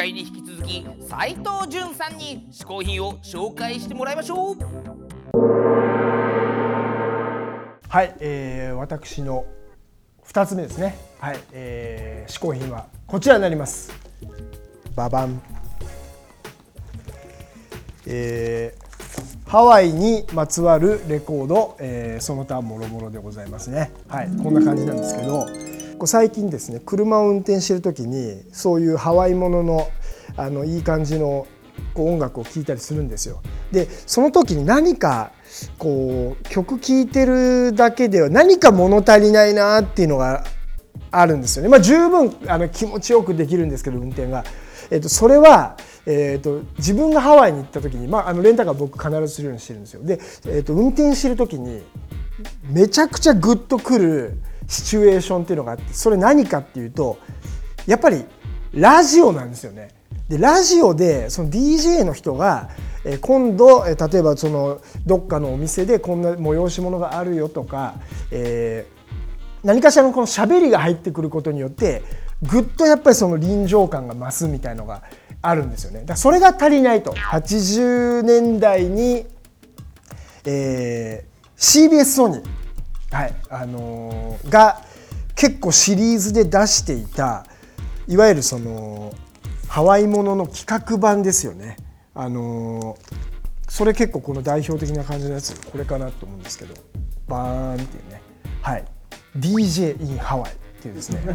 回に引き続き斉藤潤さんに嗜好品を紹介してもらいましょう。 はい、私の2つ目ですね。はい、嗜好品はこちらになります。ババン。ハワイにまつわるレコード、その他もろもろでございますね。はい、こんな感じなんですけど、最近ですね、車を運転している時にそういうハワイもののいい感じの音楽を聴いたりするんですよ。でその時に何か曲聴いてるだけでは何か物足りないなっていうのがあるんですよね。十分気持ちよくできるんですけど運転が。それは、自分がハワイに行った時に、レンタカー僕必ずするようにしてるんですよ。で、運転してる時にめちゃくちゃグッとくるシチュエーションっていうのがあって、それ何かっていうとやっぱりラジオなんですよね。でラジオでその DJ の人が今度例えばそのどっかのお店でこんな催し物があるよとか、何かしらのこの喋りが入ってくることによってぐっとやっぱりその臨場感が増すみたいのがあるんですよね。だからそれが足りないと。80年代に、CBS ソニー、はいが結構シリーズで出していたいわゆるそのハワイものの企画版ですよね。それ結構この代表的な感じのやつこれかなと思うんですけど、バーンっていうね、はい、DJ in ハワイっていうですね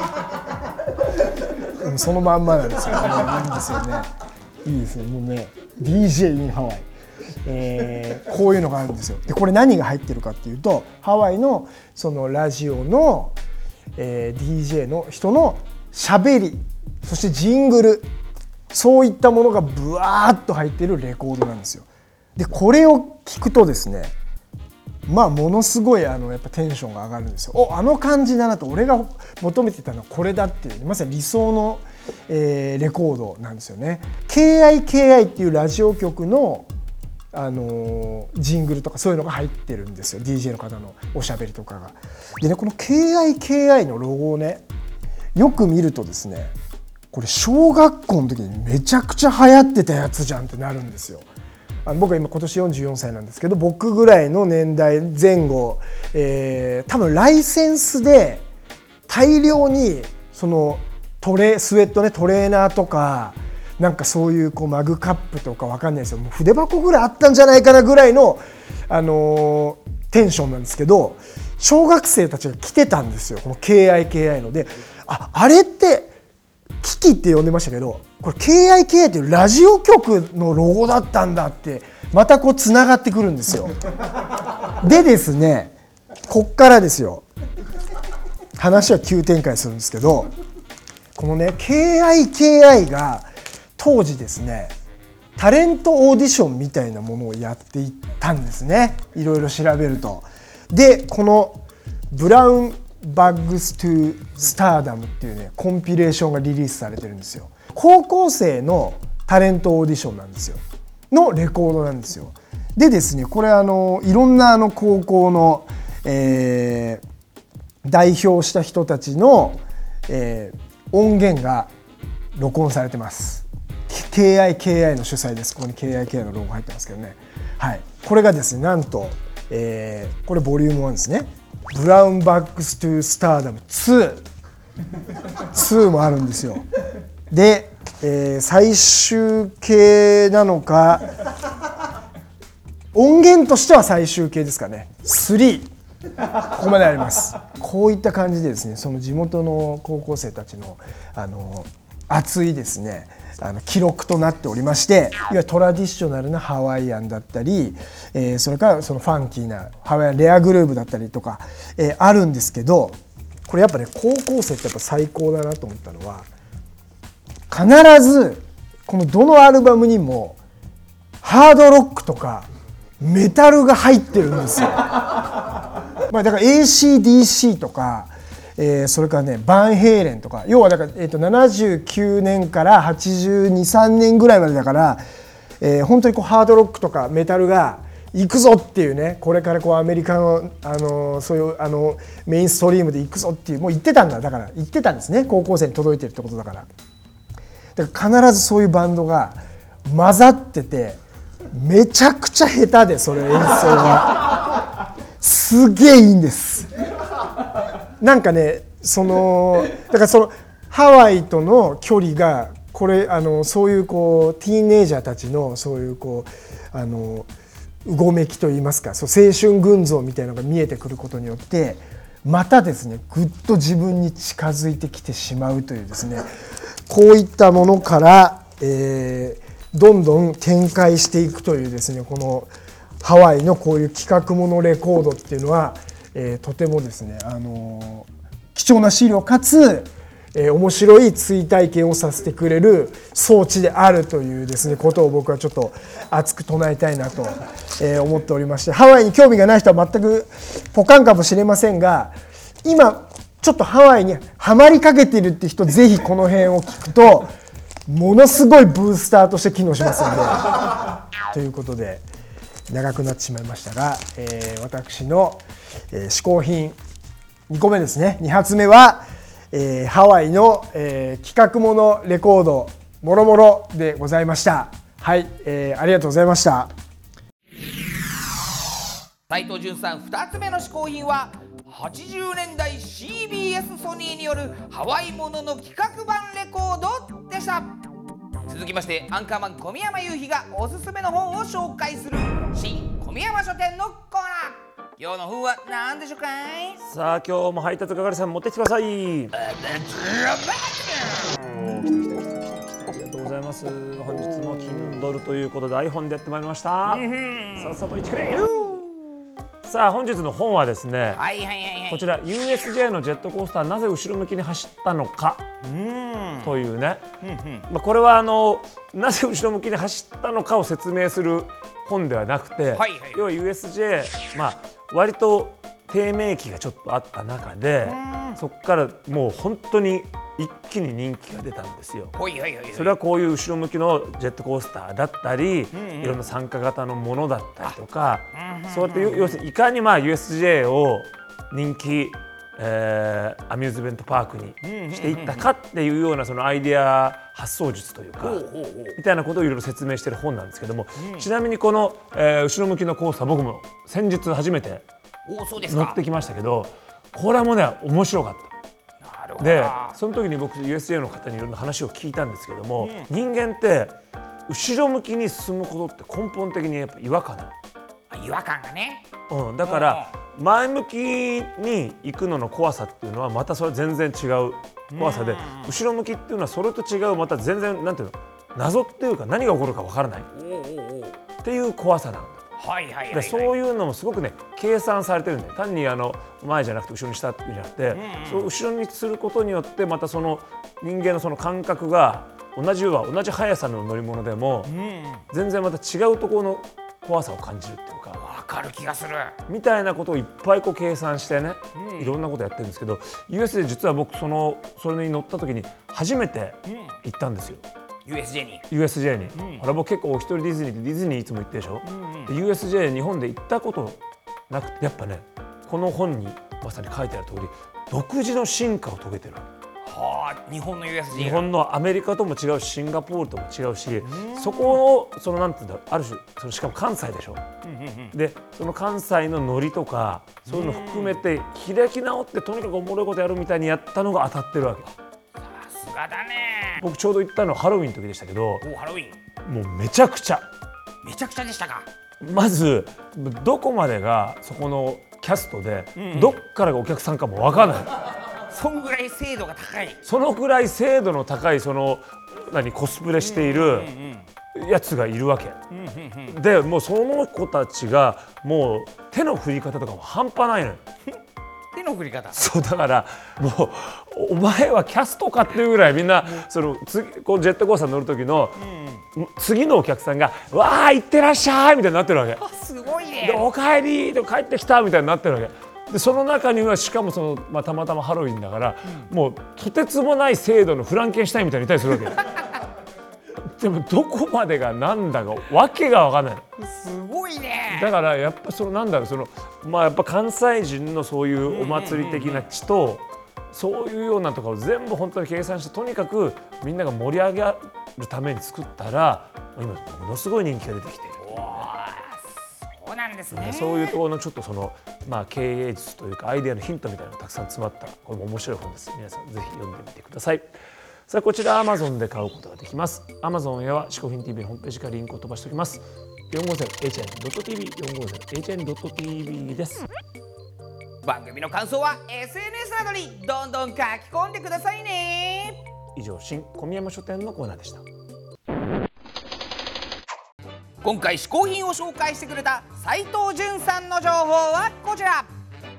そのまんまなんですよ。いいんですよね。いいですね。もうね DJ in ハワイ、こういうのがあるんですよ。でこれ何が入ってるかっていうとハワイのそのラジオの、DJ の人のしゃべり、そしてジングル、そういったものがブワーッと入っているレコードなんですよ。でこれを聞くとですね、ものすごいやっぱテンションが上がるんですよ。あの感じだなと、俺が求めてたのはこれだっていう、まさに理想の、レコードなんですよね。KIKI っていうラジオ局のジングルとかそういうのが入ってるんですよ。 DJ の方のおしゃべりとかが。でね、この KIKI のロゴをねよく見るとですね、これ小学校の時にめちゃくちゃ流行ってたやつじゃんってなるんですよ。僕は今年44歳なんですけど、僕ぐらいの年代前後、多分ライセンスで大量にそのスウェットね、トレーナーとかなんかそういうマグカップとかわかんないですよ、もう筆箱ぐらいあったんじゃないかなぐらいの、テンションなんですけど、小学生たちが着てたんですよ、この KIKI ので、あれってキキって呼んでましたけど、これ KIKI っていうラジオ局のロゴだったんだってまたつながってくるんですよ。でですね、こっからですよ、話は急展開するんですけど、このね KIKI が当時ですねタレントオーディションみたいなものをやっていったんですね、いろいろ調べると。でこのブラウンバッグストゥスターダムっていうねコンピレーションがリリースされてるんですよ。高校生のタレントオーディションなんですよのレコードなんですよ。でですね、これいろんな高校の、代表した人たちの、音源が録音されてます。 KIKI の主催です。ここに KIKI のロゴ入ってますけどね、はい、これがですねなんと、これボリューム1ですね、ブラウンバッグストゥスターダム2もあるんですよ。で、最終形なのか音源としては最終形ですかね、3ここまであります。こういった感じでですね、その地元の高校生たちの熱いですね記録となっておりまして、いわゆるトラディショナルなハワイアンだったり、それからそのファンキーなハワイアンレアグルーヴだったりとか、あるんですけど、これやっぱね高校生ってやっぱ最高だなと思ったのは、必ずこのどのアルバムにもハードロックとかメタルが入ってるんですよ。だから AC/DC とか、それからねバンヘイレンとか、要はだから、79年から82、3年ぐらいまでだから、本当にハードロックとかメタルが行くぞっていうね、これからアメリカの、そういうメインストリームで行くぞっていう、もう言ってたんだ、だから言ってたんですね、高校生に届いてるってことだから。 だから必ずそういうバンドが混ざっててめちゃくちゃ下手で、それ演奏がすげえいいんです。なんかね、だからそのハワイとの距離がこれそういうこうティーンエイジャーたちのそういうこううごめきといいますか、そう青春群像みたいなのが見えてくることによってまたですねぐっと自分に近づいてきてしまうというですね、こういったものから、どんどん展開していくというですね、このハワイのこういう企画ものレコードっていうのは、とてもですね貴重な資料かつ面白い追体験をさせてくれる装置であるというですねことを僕はちょっと熱く唱えたいなと思っておりまして、ハワイに興味がない人は全くポカンかもしれませんが、今ちょっとハワイにはまりかけているって人、ぜひこの辺を聞くとものすごいブースターとして機能しますのでということで長くなってしまいましたが、私の嗜好品2個目ですね、2発目はハワイの、企画ものレコードもろもろでございました。はい、ありがとうございました。 斉藤潤さん2つ目の嗜好品は80年代 CBS ソニーによるハワイものの企画版レコードでした。続きましてアンカーマン小宮山雄飛がおすすめの本を紹介する新小宮山書店のコーナー。今日の本は何でしょうかい。 さあ今日も配達係さん持ってきてください。来た。ありがとうございます。本日も Kindle ということで iPhone でやってまいりました。さっさと行ってくれ。さあ本日の本はですね、こちら USJ のジェットコースターなぜ後ろ向きに走ったのかというね、これはなぜ後ろ向きに走ったのかを説明する本ではなくて、要は USJ、割と低迷期がちょっとあった中で、そこからもう本当に一気に人気が出たんですよ。それはこういう後ろ向きのジェットコースターだったり、いろんな参加型のものだったりとか、そうやって要するにいかにUSJ を人気アミューズメントパークにしていったかっていうようなそのアイデア発想術というかみたいなことをいろいろ説明している本なんですけども、ちなみにこの後ろ向きのコースター、僕も先日初めて乗ってきましたけど、これはもうね面白かった。でその時に僕 USJ の方にいろんな話を聞いたんですけども、人間って後ろ向きに進むことって根本的にやっぱ違和感なの。 違和感がね、 だから前向きに行くのの怖さっていうのはまたそれ全然違う怖さで、後ろ向きっていうのはそれと違うまた全然なんていうの謎っていうか何が起こるかわからないっていう怖さなんだ。でそういうのもすごくね計算されてるんで、単に前じゃなくて後ろにしたっていうんじゃなくて、その後ろにすることによってまたその人間のその感覚が同じ速さの乗り物でも全然また違うところの怖さを感じるっていうか、 わかる気がするみたいなことをいっぱい計算してね、いろんなことやってるんですけど、 US で実は僕それに乗った時に初めて行ったんですよ。 USJ に、 僕結構お一人ディズニーいつも行ってるでしょ、USJ 日本で行ったことなくて、やっぱねこの本にまさに書いてある通り独自の進化を遂げてる。 日本の USJ、 日本のアメリカとも違うしシンガポールとも違うし、そこをなんていうんだろう、ある種しかも関西でしょ、でその関西のノリとかそういうの含めて開き直ってとにかくおもろいことやるみたいにやったのが当たってるわけ。 さすがだね。 僕ちょうど行ったのはハロウィンの時でしたけど、 ハロウィンもうめちゃくちゃでしたか。 まずどこまでがそこのキャストで、どっからがお客さんかも分からない。 そんぐらい精度が高い。 そのぐらい精度の高いコスプレしているやつがいるわけで、もうその子たちがもう手の振り方とかも半端ないのよ。 手の振り方。 そうだからもうお前はキャストかっていうぐらいみんなこうジェットコースター乗る時の次のお客さんが「わあ行ってらっしゃい」みたいになってるわけ。 すごいね。 で「おかえり」で「帰ってきた」みたいになってるわけで、その中にはしかもたまたまハロウィンだから、もうとてつもない精度のフランケンシュタインみたいにいたりするわけでもどこまでがなんだかわけが分かんないの。 すごいね。 だからやっぱなんだろう、やっぱ関西人のそういうお祭り的な血とそういうようなとかを全部本当に計算してとにかくみんなが盛り上げるために作ったら今ものすごい人気が出てきている。 そうなんですね。 そういうところのちょっとその経営術というかアイデアのヒントみたいなのがたくさん詰まったこれも面白い本です。皆さんぜひ読んでみてください。さあこちら Amazon で買うことができます。Amazon へは嗜好品 TV のホームページからリンクを飛ばしておきます。450hn.tv 450hn.tv です。 番組の感想は SNS などにどんどん書き込んでくださいね。 以上新小宮山書店のコーナーでした。 今回嗜好品を紹介してくれた斉藤潤さんの情報はこちら。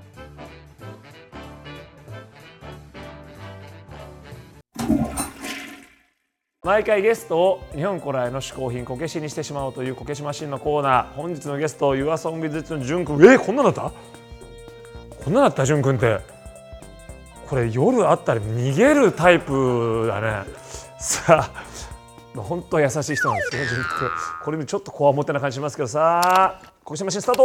毎回ゲストを日本古来の嗜好品こけしにしてしまおうというこけしマシンのコーナー。本日のゲストユアソンビズの潤くん。こんなだった？こんなだった潤くんって。これ夜あったら逃げるタイプだね。さあ本当は優しい人なんですよ潤くん。これ見るとちょっとこわもてな感じしますけど、さあこけしマシンスタート。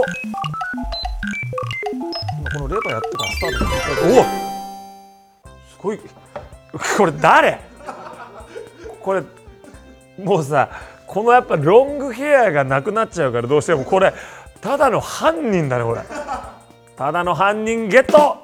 今このレバーやってからスタート。おおすごい。これ誰？これもうさこのやっぱロングヘアがなくなっちゃうからどうしてもこれただの犯人だね。これただの犯人ゲット。